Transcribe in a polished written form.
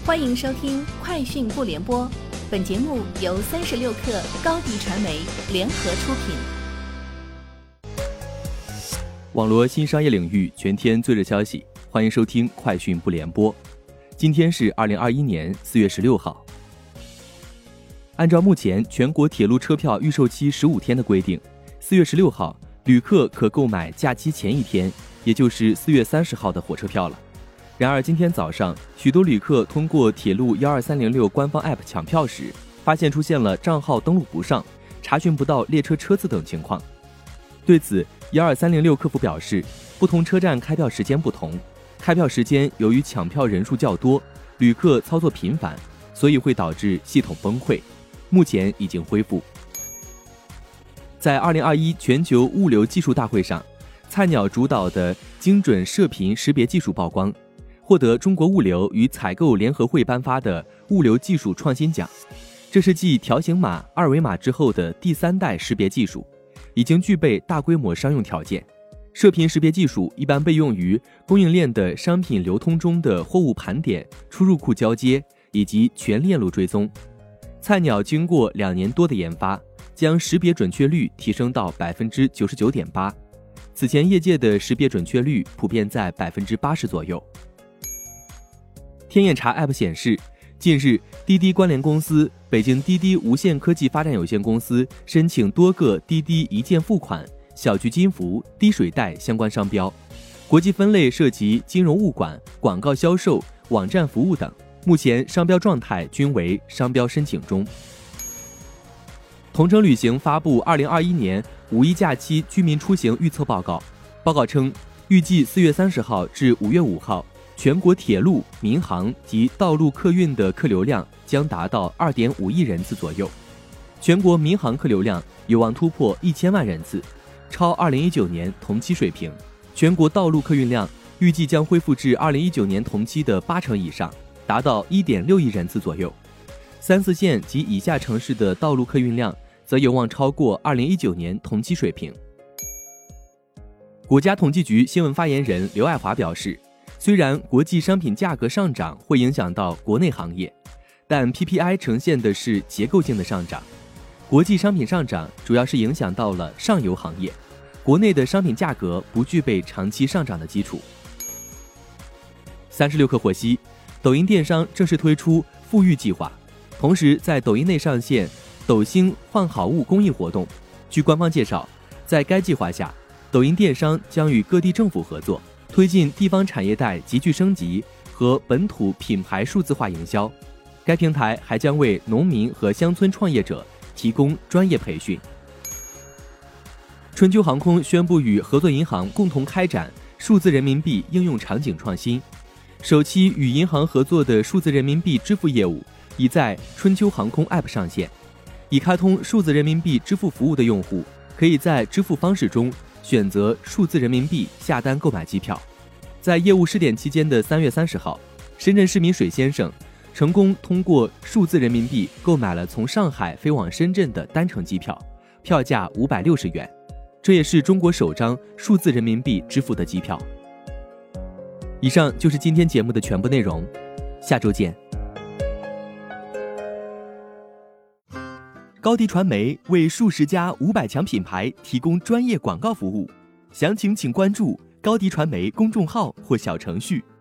欢迎收听快讯不联播，本节目由36克高迪传媒联合出品。 网罗新商业领域全天最热消息，欢迎收听快讯不联播。今天是2021年4月16号。按照目前全国铁路车票预售期15天的规定，4月16号旅客可购买假期前一天，也就是4月30号的火车票了。然而今天早上，许多旅客通过铁路12306官方 App 抢票时，发现出现了账号登录不上、查询不到列车车次等情况。对此，12306客服表示，不同车站开票时间不同，开票时间由于抢票人数较多，旅客操作频繁，所以会导致系统崩溃，目前已经恢复。在2021全球物流技术大会上，菜鸟主导的精准射频识别技术曝光，获得中国物流与采购联合会颁发的物流技术创新奖。这是继条形码、二维码之后的第3代识别技术，已经具备大规模商用条件。射频识别技术一般被用于供应链的商品流通中的货物盘点、出入库交接以及全链路追踪。菜鸟经过2年多的研发，将识别准确率提升到 99.8%。此前业界的识别准确率普遍在 80% 左右。天眼查 App 显示，近日滴滴关联公司北京滴滴无线科技发展有限公司申请多个滴滴一键付款、小具金服、滴水贷相关商标，国际分类涉及金融物管、广告销售、网站服务等，目前商标状态均为商标申请中。同程旅行发布2021年5一假期居民出行预测报告，报告称，预计4月30号至5月5号，全国铁路、民航及道路客运的客流量将达到 2.5 亿人次左右，全国民航客流量有望突破1000万人次，超2019年同期水平。全国道路客运量预计将恢复至2019年同期的80%以上，达到 1.6 亿人次左右。3、4线及以下城市的道路客运量则有望超过2019年同期水平。国家统计局新闻发言人刘爱华表示，虽然国际商品价格上涨会影响到国内行业，但 PPI 呈现的是结构性的上涨。国际商品上涨主要是影响到了上游行业，国内的商品价格不具备长期上涨的基础。36氪获悉，抖音电商正式推出富裕计划，同时在抖音内上线抖星换好物公益活动。据官方介绍，在该计划下，抖音电商将与各地政府合作，推进地方产业带集聚升级和本土品牌数字化营销。该平台还将为农民和乡村创业者提供专业培训。春秋航空宣布与合作银行共同开展数字人民币应用场景创新，首期与银行合作的数字人民币支付业务已在春秋航空 App 上线。已开通数字人民币支付服务的用户，可以在支付方式中选择数字人民币下单购买机票。在业务试点期间的3月30号，深圳市民水先生成功通过数字人民币购买了从上海飞往深圳的单程机票，票价560元，这也是中国首张数字人民币支付的机票。以上就是今天节目的全部内容，下周见。高迪传媒为数10家500强品牌提供专业广告服务，详情请关注高迪传媒公众号或小程序。